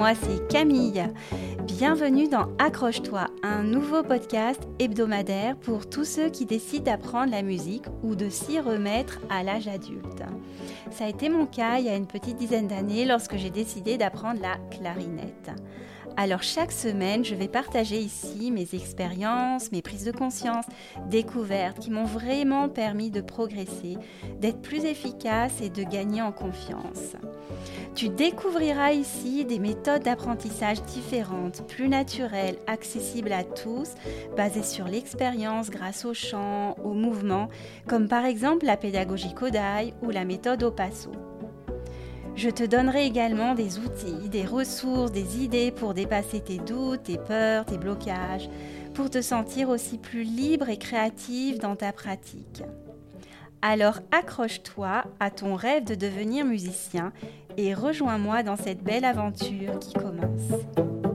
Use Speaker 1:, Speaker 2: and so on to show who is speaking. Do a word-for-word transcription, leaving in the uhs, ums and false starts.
Speaker 1: moi c'est Camille. Bienvenue dans Accroche-toi, un nouveau podcast hebdomadaire pour tous ceux qui décident d'apprendre la musique ou de s'y remettre à l'âge adulte. Ça a été mon cas il y a une petite dizaine d'années lorsque j'ai décidé d'apprendre la clarinette. Alors chaque semaine, je vais partager ici mes expériences, mes prises de conscience, découvertes qui m'ont vraiment permis de progresser, d'être plus efficace et de gagner en confiance. Tu découvriras ici des méthodes d'apprentissage différentes, plus naturelles, accessibles à tous, basées sur l'expérience grâce au chant, au mouvement, comme par exemple la pédagogie Kodály ou la méthode Opasso. Je te donnerai également des outils, des ressources, des idées pour dépasser tes doutes, tes peurs, tes blocages, pour te sentir aussi plus libre et créative dans ta pratique. Alors accroche-toi à ton rêve de devenir musicien et rejoins-moi dans cette belle aventure qui commence.